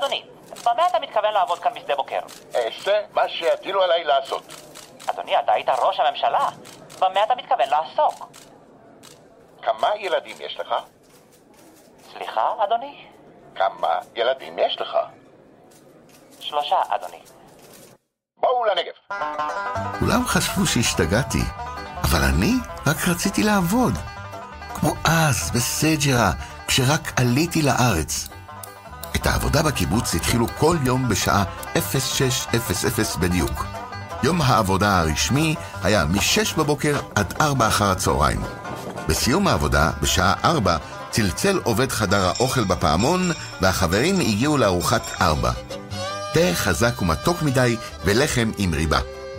אדוני, במה אתה מתכוון לעבוד כאן בשדה בוקר? אעשה מה שיטילו עליי לעשות. אדוני, אתה היית ראש הממשלה. במה אתה מתכוון לעסוק? כמה ילדים יש לך? סליחה, אדוני? כמה ילדים יש לך? 3, אדוני. בואו לנגב. כולם חשבו שהשתגעתי, אבל אני רק רציתי לעבוד. כמו אז, בסג'רה, כשרק עליתי לארץ. את העבודה בקיבוץ התחילו כל יום בשעה 06:00 בדיוק. יום העבודה הרשמי היה מ-6 בבוקר עד 4 אחר הצהריים. בסיום העבודה, בשעה 4, צלצל עובד חדר האוכל בפעמון, והחברים הגיעו לארוחת 4. תה חזק ומתוק מדי ולחם עם ריבה.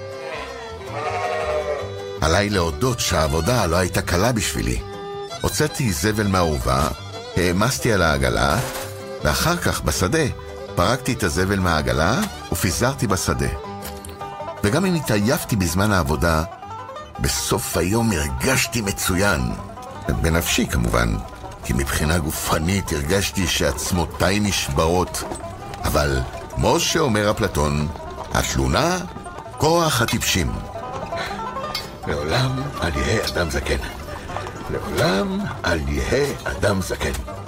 עליי להודות שהעבודה לא הייתה קלה בשבילי. הוצאתי זבל מהאורווה, העמסתי על העגלה, ואחר כך בשדה פרקתי את הזבל מהעגלה ופיזרתי בשדה. וגם אם התעייפתי בזמן העבודה, בסוף היום הרגשתי מצוין. בנפשי כמובן, כי מבחינה גופנית הרגשתי שעצמותיי נשברות. אבל כמו שאומר אפלטון, התלונה כוח הטיפשים. לעולם אל יהא אדם זקן. לעולם אל יהא אדם זקן.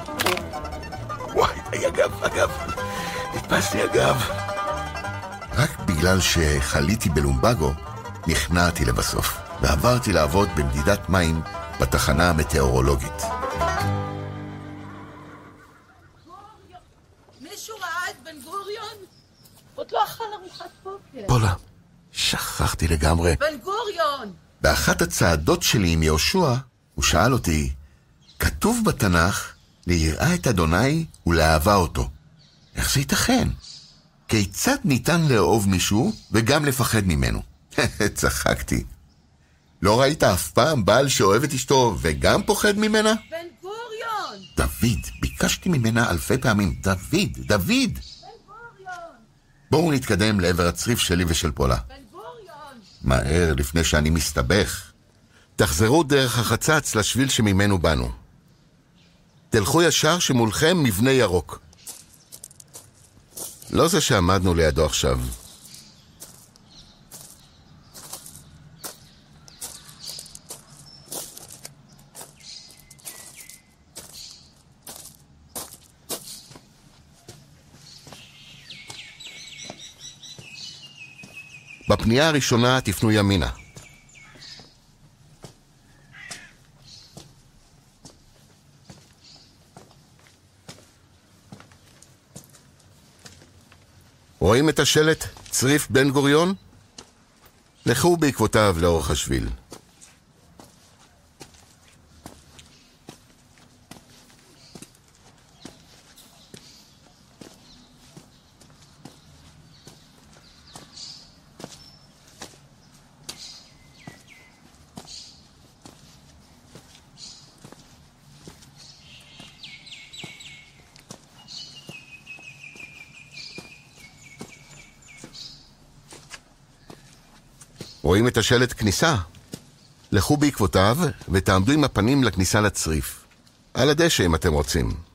וואי, אגב. נתפסתי אגב. רק בגלל שחליתי בלומבגו, נכנעתי לבסוף, ועברתי לעבוד במדידת מים בתחנה המטאורולוגית. מישהו ראה את בן גוריון? עוד לא אכל ארוחת בוקר. פולה, שכחתי לגמרי. בן גוריון! באחת הצעדות שלי עם יהושע, הוא שאל אותי, כתוב בתנ"ך, ליראה את אדוני ולאהבה אותו. איך זה ייתכן? כיצד ניתן לאהוב מישהו וגם לפחד ממנו? צחקתי. לא ראית אף פעם בעל שאוהב את אשתו וגם פוחד ממנה? בן גוריון! דוד, ביקשתי ממנה אלפי פעמים. דוד! בן גוריון! בואו נתקדם לעבר הצריף שלי ושל פולה. בן גוריון! מהר, לפני שאני מסתבך. תחזרו דרך החצץ לשביל שממנו באנו. תלכו ישר שמולכם מבנה ירוק. לא זה שעמדנו לידו עכשיו. בפנייה הראשונה תפנו ימינה. רואים את השלט צריף בן גוריון? לכו בעקבותיו לאורך השביל. רואים את השלט כניסה? לכו בעקבותיו ותעמדו עם הפנים לכניסה לצריף. על הדשא אם אתם רוצים.